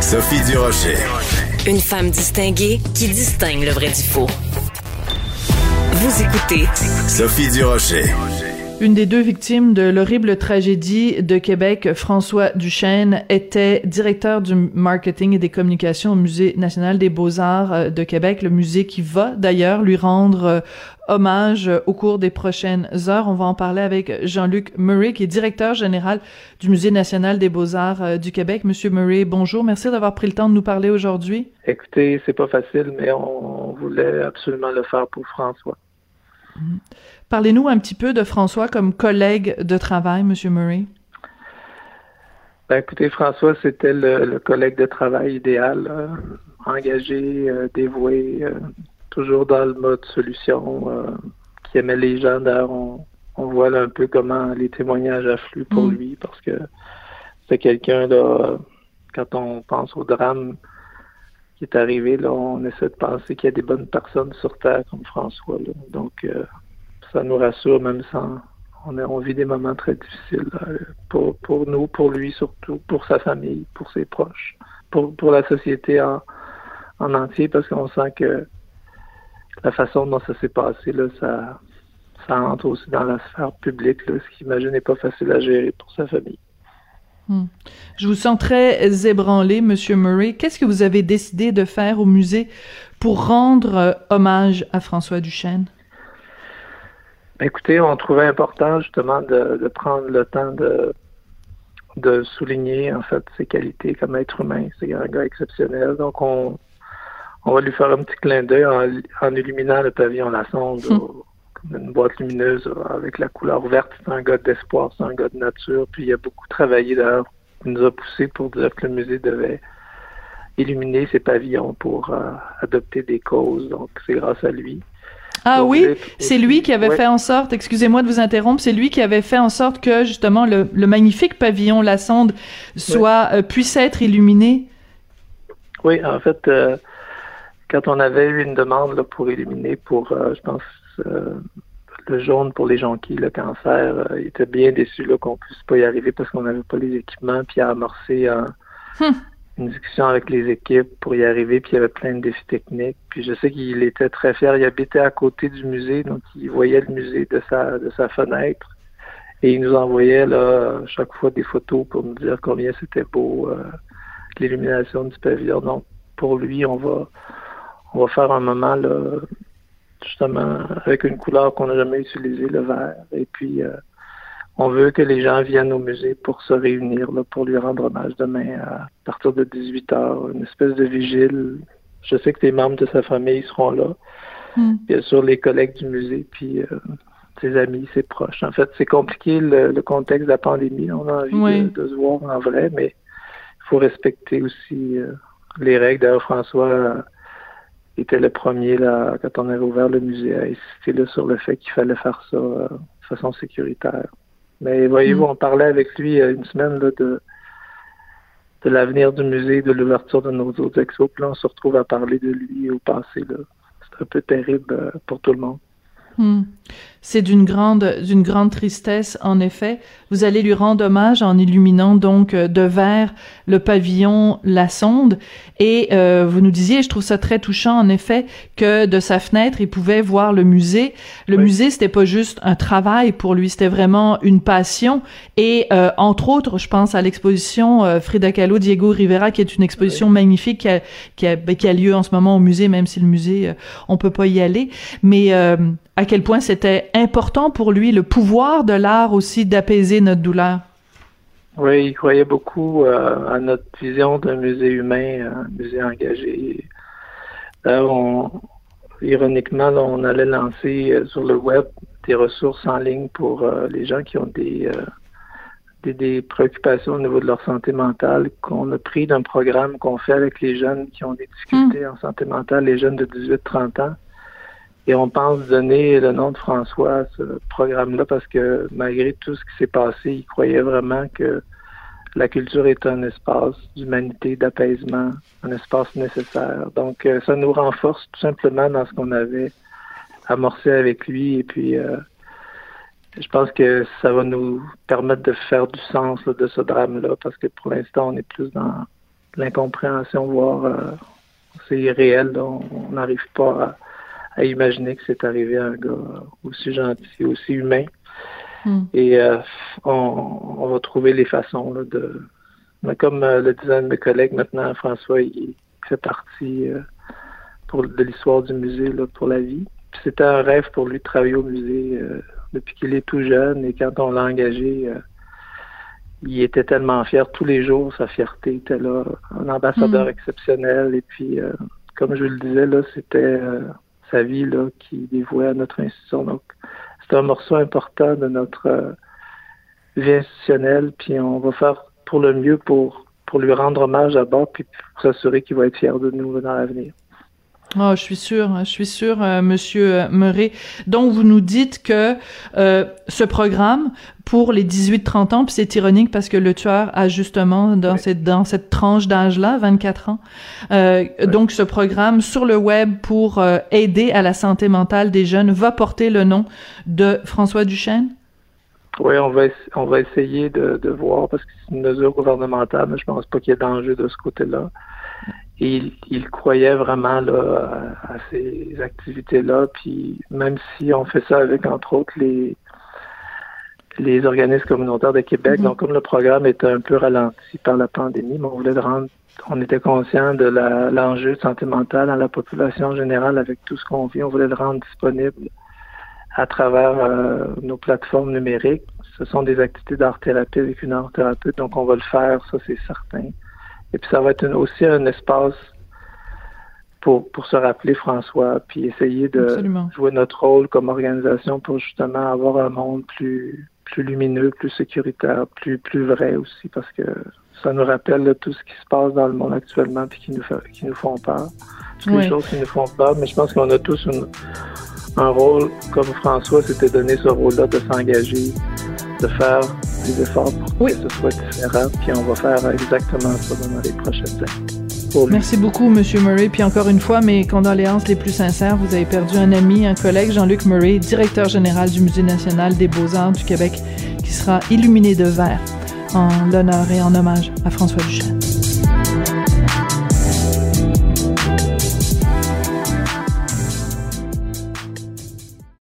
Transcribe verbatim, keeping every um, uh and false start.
Sophie Durocher. Une femme distinguée qui distingue le vrai du faux. Vous écoutez Sophie Durocher. Une des deux victimes de l'horrible tragédie de Québec, François Duchesne, était directeur du marketing et des communications au Musée national des beaux-arts de Québec, le musée qui va d'ailleurs lui rendre hommage au cours des prochaines heures. On va en parler avec Jean-Luc Murray, qui est directeur général du Musée national des beaux-arts du Québec. Monsieur Murray, bonjour. Merci d'avoir pris le temps de nous parler aujourd'hui. Écoutez, c'est pas facile, mais on voulait absolument le faire pour François. Mmh. Parlez-nous un petit peu de François comme collègue de travail, Monsieur Murray. Ben, écoutez, François, c'était le, le collègue de travail idéal, euh, engagé, euh, dévoué, euh, toujours dans le mode solution, euh, qui aimait les gens. D'ailleurs, on, on voit là un peu comment les témoignages affluent pour mmh. lui, parce que c'est quelqu'un, là, quand on pense au drame qui est arrivé, là, on essaie de penser qu'il y a des bonnes personnes sur Terre comme François. Là. Donc, euh, ça nous rassure, même sans... On, a, on vit des moments très difficiles euh, pour, pour nous, pour lui surtout, pour sa famille, pour ses proches, pour, pour la société en, en entier, parce qu'on sent que la façon dont ça s'est passé, là, ça, ça entre aussi dans la sphère publique, là, ce qui, j'imagine, n'est pas facile à gérer pour sa famille. Hmm. Je vous sens très ébranlé, Monsieur Murray. Qu'est-ce que vous avez décidé de faire au musée pour rendre euh, hommage à François Duchesne? Écoutez, on trouvait important justement de, de prendre le temps de, de souligner en fait ses qualités comme être humain. C'est un gars exceptionnel. Donc on, on va lui faire un petit clin d'œil en, en illuminant le pavillon La Sonde, mmh. au, comme une boîte lumineuse avec la couleur verte. C'est un gars d'espoir, c'est un gars de nature. Puis il a beaucoup travaillé d'ailleurs. Il nous a poussé pour dire que le musée devait illuminer ses pavillons pour euh, adopter des causes. Donc c'est grâce à lui. Ah Donc, oui, c'est lui qui avait ouais. fait en sorte, excusez-moi de vous interrompre, c'est lui qui avait fait en sorte que justement le, le magnifique pavillon La Sonde soit ouais. euh, puisse être illuminé. Oui, en fait, euh, quand on avait eu une demande là, pour illuminer, pour, euh, je pense, euh, le jaune pour les jonquilles, le cancer, euh, il était bien déçu là, qu'on puisse pas y arriver parce qu'on n'avait pas les équipements, puis il a amorcé un... Hum. une discussion avec les équipes pour y arriver, puis il y avait plein de défis techniques. Puis je sais qu'il était très fier. Il habitait à côté du musée, donc il voyait le musée de sa de sa fenêtre. Et il nous envoyait là chaque fois des photos pour nous dire combien c'était beau, euh, l'illumination du pavillon. Donc pour lui, on va on va faire un moment là, justement avec une couleur qu'on n'a jamais utilisée, le vert. Et puis euh, on veut que les gens viennent au musée pour se réunir, là, pour lui rendre hommage demain à partir de dix-huit heures, une espèce de vigile. Je sais que les membres de sa famille seront là, mm. bien sûr les collègues du musée, puis euh, ses amis, ses proches. En fait, c'est compliqué le, le contexte de la pandémie. On a envie oui. de, de se voir en vrai, mais il faut respecter aussi euh, les règles. D'ailleurs, François euh, était le premier, là, quand on avait ouvert le musée, à insister là, sur le fait qu'il fallait faire ça euh, de façon sécuritaire. Mais voyez-vous, on parlait avec lui une semaine là, de, de l'avenir du musée, de l'ouverture de nos autres expos. Puis là, on se retrouve à parler de lui au passé. Là. C'est un peu terrible pour tout le monde. Hmm. C'est d'une grande, d'une grande tristesse, en effet. Vous allez lui rendre hommage en illuminant donc de vert le pavillon La Sonde. Et euh, vous nous disiez, je trouve ça très touchant, en effet, que de sa fenêtre, il pouvait voir le musée. Le oui. musée, c'était pas juste un travail pour lui, c'était vraiment une passion. Et euh, entre autres, je pense à l'exposition euh, Frida Kahlo, Diego Rivera, qui est une exposition oui. magnifique qui a, qui, a, qui a lieu en ce moment au musée, même si le musée, euh, on peut pas y aller. Mais euh, à quel point c'était important pour lui, le pouvoir de l'art aussi d'apaiser notre douleur. Oui, il croyait beaucoup euh, à notre vision d'un musée humain, un musée engagé. D'ailleurs, on, ironiquement, là, on allait lancer euh, sur le web des ressources en ligne pour euh, les gens qui ont des, euh, des, des préoccupations au niveau de leur santé mentale, qu'on a pris d'un programme qu'on fait avec les jeunes qui ont des difficultés mmh. en santé mentale, les jeunes de dix-huit à trente ans. Et on pense donner le nom de François à ce programme-là parce que malgré tout ce qui s'est passé, il croyait vraiment que la culture est un espace d'humanité, d'apaisement, un espace nécessaire. Donc, euh, ça nous renforce tout simplement dans ce qu'on avait amorcé avec lui. Et puis, euh, je pense que ça va nous permettre de faire du sens là, de ce drame-là parce que pour l'instant, on est plus dans l'incompréhension, voire euh, c'est réel. Là. On n'arrive pas à, à imaginer que c'est arrivé à un gars aussi gentil, aussi humain. Mm. Et euh, on, on va trouver les façons là, de... Mais comme euh, le disait un de mes collègues maintenant, François, il, il fait partie euh, pour, de l'histoire du musée là, pour la vie. Puis c'était un rêve pour lui de travailler au musée euh, depuis qu'il est tout jeune. Et quand on l'a engagé, euh, il était tellement fier. Tous les jours, sa fierté était là. Un ambassadeur mmh. exceptionnel. Et puis, euh, comme je le disais, là, c'était euh, sa vie là, qu'il dévouait à notre institution. Donc, c'est un morceau important de notre euh, vie institutionnelle. Puis on va faire pour le mieux pour, pour lui rendre hommage à bord puis pour s'assurer qu'il va être fier de nous dans l'avenir. Oh, je suis sûre, je suis sûre, euh, Monsieur Murray. Donc, vous nous dites que euh, ce programme, pour les dix-huit trente ans, puis c'est ironique parce que le tueur a justement dans, oui. cette, dans cette tranche d'âge-là, vingt-quatre ans, euh, oui. donc ce programme sur le web pour euh, aider à la santé mentale des jeunes va porter le nom de François Duchesne? Oui, on va, on va essayer de, de voir, parce que c'est une mesure gouvernementale, mais je pense pas qu'il y ait d'enjeu de ce côté-là. Et il, il croyait vraiment là, à, à ces activités-là, puis même si on fait ça avec, entre autres, les, les organismes communautaires de Québec, mm-hmm. donc comme le programme était un peu ralenti par la pandémie, mais on voulait le rendre, on était conscient de la, l'enjeu de santé mentale dans la population générale avec tout ce qu'on vit, on voulait le rendre disponible à travers euh, nos plateformes numériques. Ce sont des activités d'art-thérapie avec une art-thérapeute, donc on va le faire, ça c'est certain. Et puis ça va être une, aussi un espace pour, pour se rappeler François, puis essayer de Absolument. jouer notre rôle comme organisation pour justement avoir un monde plus, plus lumineux, plus sécuritaire, plus, plus vrai aussi, parce que ça nous rappelle là, tout ce qui se passe dans le monde actuellement puis qui nous, fait, qui nous font peur. Toutes oui. les choses qui nous font peur, mais je pense qu'on a tous une, un rôle, comme François s'était donné ce rôle-là de s'engager, de faire des efforts pour oui. que ce soit différent, puis on va faire exactement ça dans les prochaines années. Merci beaucoup, Monsieur Murray. Puis encore une fois, mes condoléances les plus sincères. Vous avez perdu un ami, un collègue, Jean-Luc Murray, directeur général du Musée national des beaux-arts du Québec, qui sera illuminé de vert en l'honneur et en hommage à François Duchesne.